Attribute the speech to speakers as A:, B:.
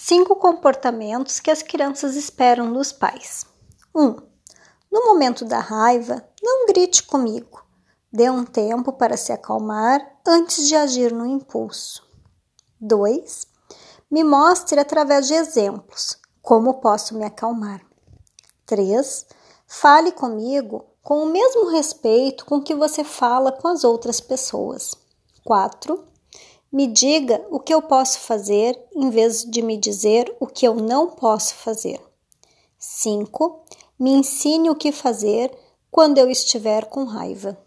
A: 5 comportamentos que as crianças esperam dos pais. 1. No momento da raiva, não grite comigo. Dê um tempo para se acalmar antes de agir no impulso. 2. Me mostre através de exemplos como posso me acalmar. 3. Fale comigo com o mesmo respeito com que você fala com as outras pessoas. 4. Me diga o que eu posso fazer em vez de me dizer o que eu não posso fazer. 5. Me ensine o que fazer quando eu estiver com raiva.